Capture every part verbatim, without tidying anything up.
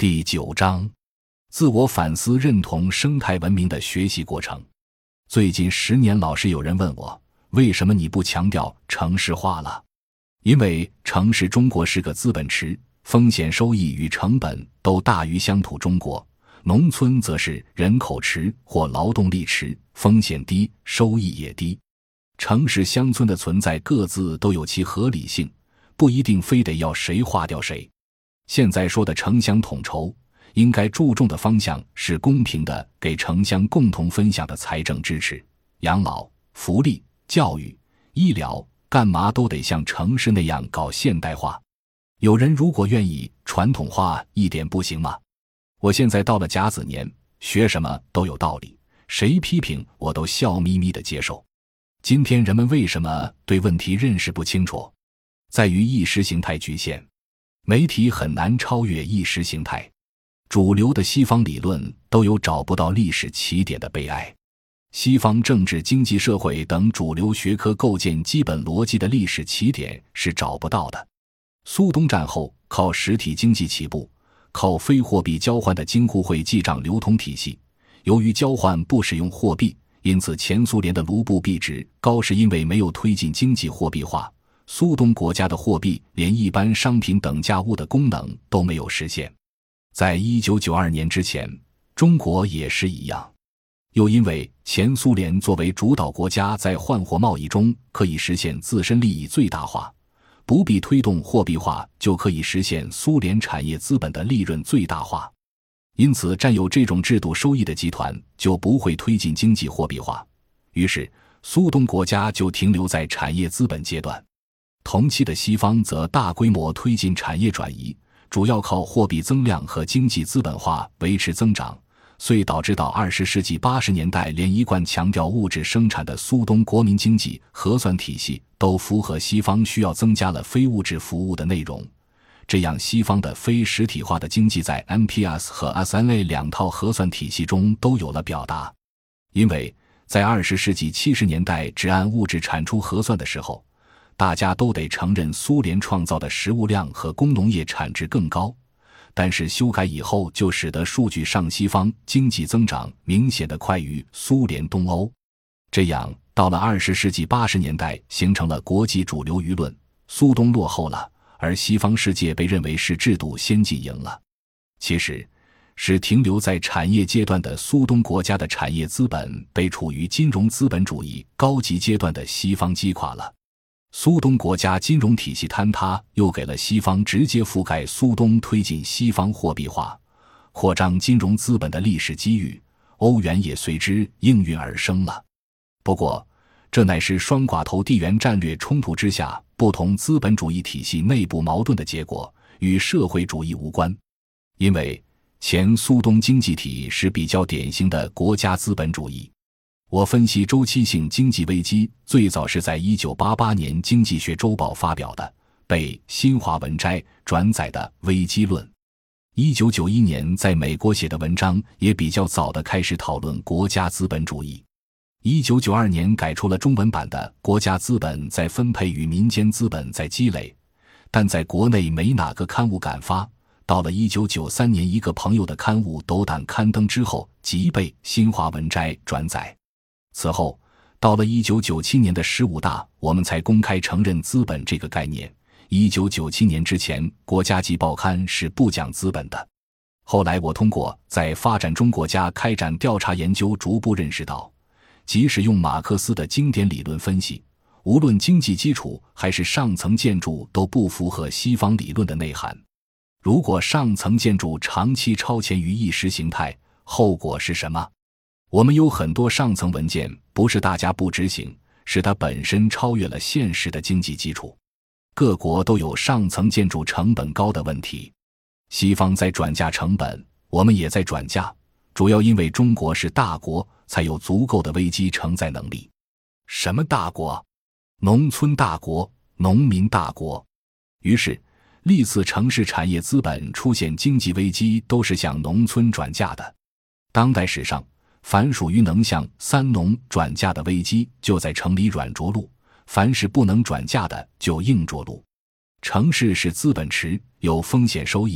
第九章，自我反思认同生态文明的学习过程。最近十年老是有人问我，为什么你不强调城市化了？因为城市中国是个资本池，风险收益与成本都大于乡土中国，农村则是人口池或劳动力池，风险低，收益也低。城市乡村的存在各自都有其合理性，不一定非得要谁划掉谁。现在说的城乡统筹，应该注重的方向是公平的给城乡共同分享的财政支持，养老、福利、教育、医疗，干嘛都得像城市那样搞现代化。有人如果愿意传统化一点不行吗？我现在到了甲子年，学什么都有道理，谁批评我都笑眯眯地接受。今天人们为什么对问题认识不清楚？在于意识形态局限，媒体很难超越意识形态。主流的西方理论都有找不到历史起点的悲哀。西方政治、经济、社会等主流学科构建基本逻辑的历史起点是找不到的。苏东战后靠实体经济起步，靠非货币交换的京沪汇记账流通体系，由于交换不使用货币，因此前苏联的卢布币值高，是因为没有推进经济货币化。苏东国家的货币连一般商品等价物的功能都没有实现。在一九九二年之前，中国也是一样。又因为前苏联作为主导国家，在换货贸易中可以实现自身利益最大化，不必推动货币化就可以实现苏联产业资本的利润最大化。因此占有这种制度收益的集团就不会推进经济货币化，于是苏东国家就停留在产业资本阶段。同期的西方则大规模推进产业转移，主要靠货币增量和经济资本化维持增长，遂导致到二十世纪八十年代，连一贯强调物质生产的苏东国民经济核算体系都符合西方需要，增加了非物质服务的内容。这样西方的非实体化的经济在 M P S 和 S N A 两套核算体系中都有了表达。因为在二十世纪七十年代只按物质产出核算的时候，大家都得承认苏联创造的食物量和工农业产值更高，但是修改以后就使得数据上西方经济增长明显的快于苏联东欧。这样到了二十世纪八十年代，形成了国际主流舆论，苏东落后了，而西方世界被认为是制度先进赢了。其实是停留在产业阶段的苏东国家的产业资本被处于金融资本主义高级阶段的西方击垮了。苏东国家金融体系坍塌，又给了西方直接覆盖苏东推进西方货币化、扩张金融资本的历史机遇，欧元也随之应运而生了。不过，这乃是双寡头地缘战略冲突之下不同资本主义体系内部矛盾的结果，与社会主义无关。因为前苏东经济体是比较典型的国家资本主义。我分析周期性经济危机最早是在一九八八年经济学周报发表的，被新华文摘转载的危机论。一九九一年在美国写的文章也比较早的开始讨论国家资本主义。一九九二年改出了中文版的国家资本在分配与民间资本在积累，但在国内没哪个刊物敢发。到了一九九三年一个朋友的刊物斗胆刊登之后，即被新华文摘转载。此后到了一九九七年的十五大，我们才公开承认资本这个概念。一九九七年之前，国家级报刊是不讲资本的。后来我通过在发展中国家开展调查研究，逐步认识到，即使用马克思的经典理论分析，无论经济基础还是上层建筑都不符合西方理论的内涵。如果上层建筑长期超前于意识形态，后果是什么？我们有很多上层文件不是大家不执行，是它本身超越了现实的经济基础。各国都有上层建筑成本高的问题。西方在转嫁成本，我们也在转嫁，主要因为中国是大国，才有足够的危机承载能力。什么大国？农村大国，农民大国。于是历次城市产业资本出现经济危机都是向农村转嫁的。当代史上凡属于能向三农转嫁的危机，就在城里软着陆；凡是不能转嫁的，就硬着陆。城市是资本池，有风险收益，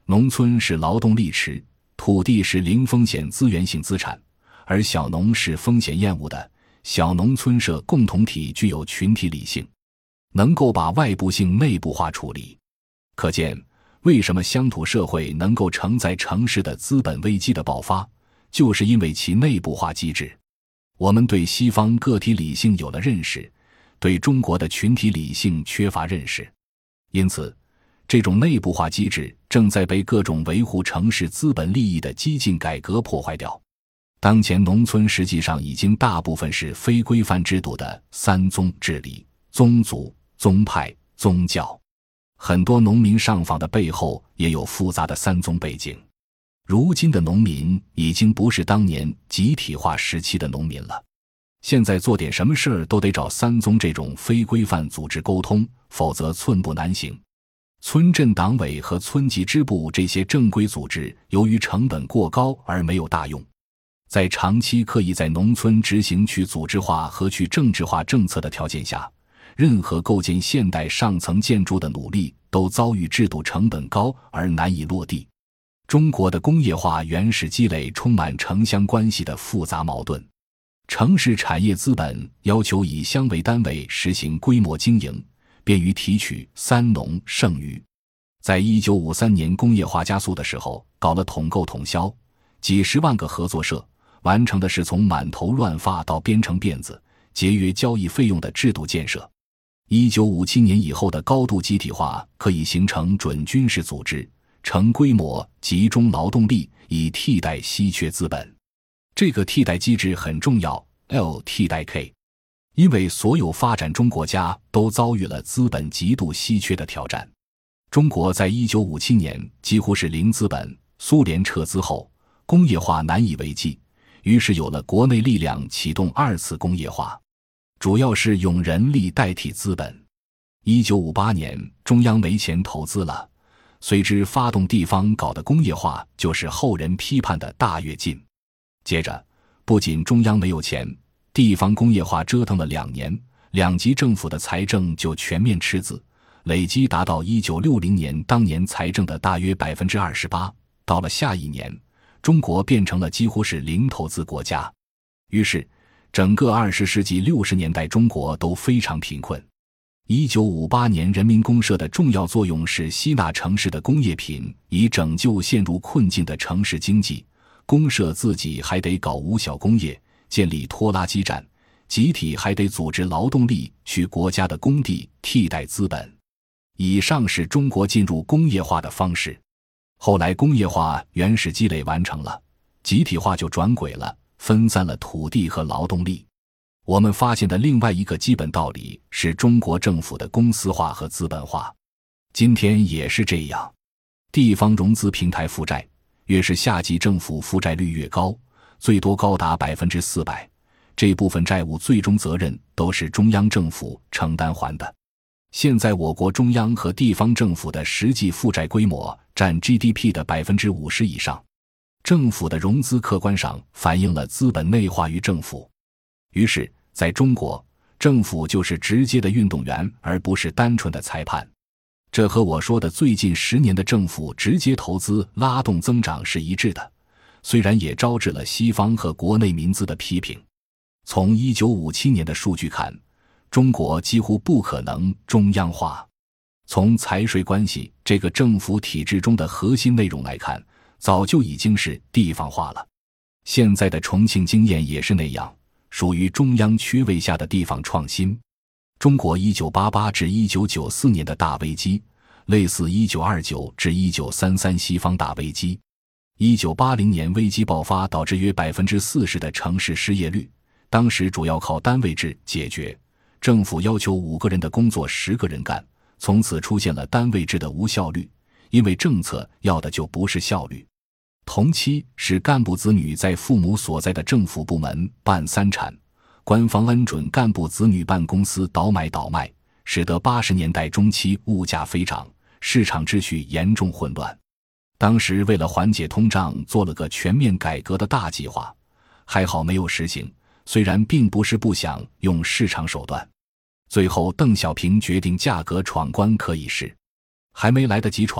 农村是劳动力池，土地是零风险资源性资产，而小农是风险厌恶的。小农村社共同体具有群体理性，能够把外部性内部化处理。可见为什么乡土社会能够承载城市的资本危机的爆发，就是因为其内部化机制。我们对西方个体理性有了认识，对中国的群体理性缺乏认识，因此这种内部化机制正在被各种维护城市资本利益的激进改革破坏掉。当前农村实际上已经大部分是非规范制度的三宗治理：宗族、宗派、宗教。很多农民上访的背后也有复杂的三宗背景。如今的农民已经不是当年集体化时期的农民了，现在做点什么事儿都得找三宗这种非规范组织沟通，否则寸步难行。村镇党委和村级支部这些正规组织由于成本过高而没有大用，在长期刻意在农村执行去组织化和去政治化政策的条件下，任何构建现代上层建筑的努力都遭遇制度成本高而难以落地。中国的工业化原始积累充满城乡关系的复杂矛盾，城市产业资本要求以乡为单位实行规模经营，便于提取三农剩余。在一九五三年工业化加速的时候，搞了统购统销，几十万个合作社，完成的是从满头乱发到编成辫子、节约交易费用的制度建设。一九五七年以后的高度集体化可以形成准军事组织，成规模集中劳动力，以替代稀缺资本。这个替代机制很重要 ，L 替代 K， 因为所有发展中国家都遭遇了资本极度稀缺的挑战。中国在一九五七年几乎是零资本，苏联撤资后，工业化难以为继，于是有了国内力量启动二次工业化，主要是用人力代替资本。一九五八年，中央没钱投资了，随之发动地方搞的工业化就是后人批判的大跃进。接着，不仅中央没有钱，地方工业化折腾了两年，两级政府的财政就全面赤字，累积达到一九六零年当年财政的大约 百分之二十八。 到了下一年，中国变成了几乎是零投资国家。于是整个二十世纪六十年代中国都非常贫困。一九五八年人民公社的重要作用是吸纳城市的工业品，以拯救陷入困境的城市经济。公社自己还得搞无小工业，建立拖拉机站，集体还得组织劳动力去国家的工地替代资本。以上是中国进入工业化的方式。后来工业化原始积累完成了，集体化就转轨了，分散了土地和劳动力。我们发现的另外一个基本道理是中国政府的公司化和资本化，今天也是这样。地方融资平台负债，越是下级政府负债率越高，最多高达 百分之四百， 这部分债务最终责任都是中央政府承担还的。现在我国中央和地方政府的实际负债规模占 G D P 的 百分之五十 以上，政府的融资客观上反映了资本内化于政府。于是在中国，政府就是直接的运动员，而不是单纯的裁判。这和我说的最近十年的政府直接投资拉动增长是一致的，虽然也招致了西方和国内民资的批评。从一九五七年的数据看，中国几乎不可能中央化。从财税关系这个政府体制中的核心内容来看，早就已经是地方化了。现在的重庆经验也是那样，属于中央缺位下的地方创新。中国一九八八至一九九四年的大危机，类似一九二九至一九三三西方大危机。一九八零年危机爆发，导致约 百分之四十 的城市失业率，当时主要靠单位制解决。政府要求五个人的工作十个人干，从此出现了单位制的无效率，因为政策要的就不是效率。同期是干部子女在父母所在的政府部门办三产，官方恩准干部子女办公司倒买倒卖，使得八十年代中期物价飞涨，市场秩序严重混乱。当时为了缓解通胀，做了个全面改革的大计划，还好没有实行，虽然并不是不想用市场手段。最后邓小平决定价格闯关可以试，还没来得及闯，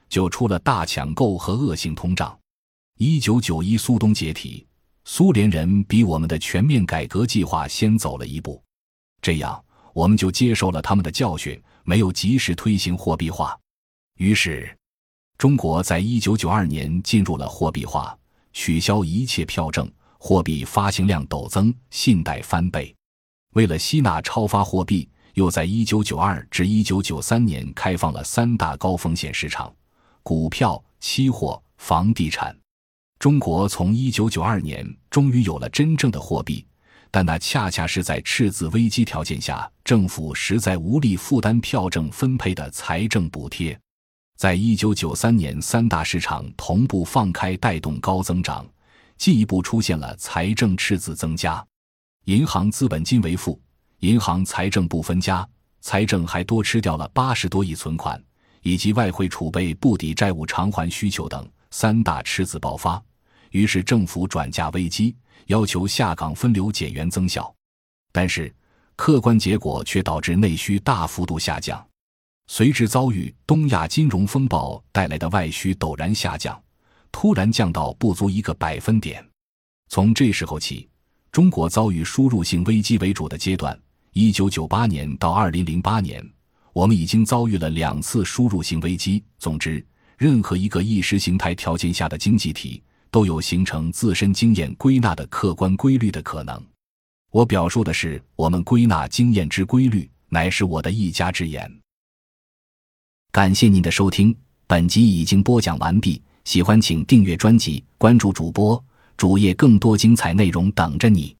就出了大抢购和恶性通胀。一九九一苏东解体，苏联人比我们的全面改革计划先走了一步，这样我们就接受了他们的教训，没有及时推行货币化。于是中国在一九九二年进入了货币化，取消一切票证，货币发行量陡增，信贷翻倍。为了吸纳超发货币，又在一九九二至一九九三年开放了三大高风险市场：股票、期货、房地产。中国从一九九二年终于有了真正的货币，但那恰恰是在赤字危机条件下，政府实在无力负担票证分配的财政补贴。在一九九三年三大市场同步放开带动高增长，进一步出现了财政赤字增加。银行资本金为负，银行财政不分家，财政还多吃掉了八十多亿存款，以及外汇储备不抵债务偿还需求等三大赤字爆发。于是政府转嫁危机，要求下岗分流减员增效，但是客观结果却导致内需大幅度下降，随之遭遇东亚金融风暴带来的外需陡然下降，突然降到不足一个百分点。从这时候起，中国遭遇输入性危机为主的阶段，一九九八年到二零零八年，我们已经遭遇了两次输入性危机。总之，任何一个意识形态条件下的经济体都有形成自身经验归纳的客观规律的可能。我表述的是我们归纳经验之规律，乃是我的一家之言。感谢您的收听，本集已经播讲完毕，喜欢请订阅专辑，关注主播，主页更多精彩内容等着你。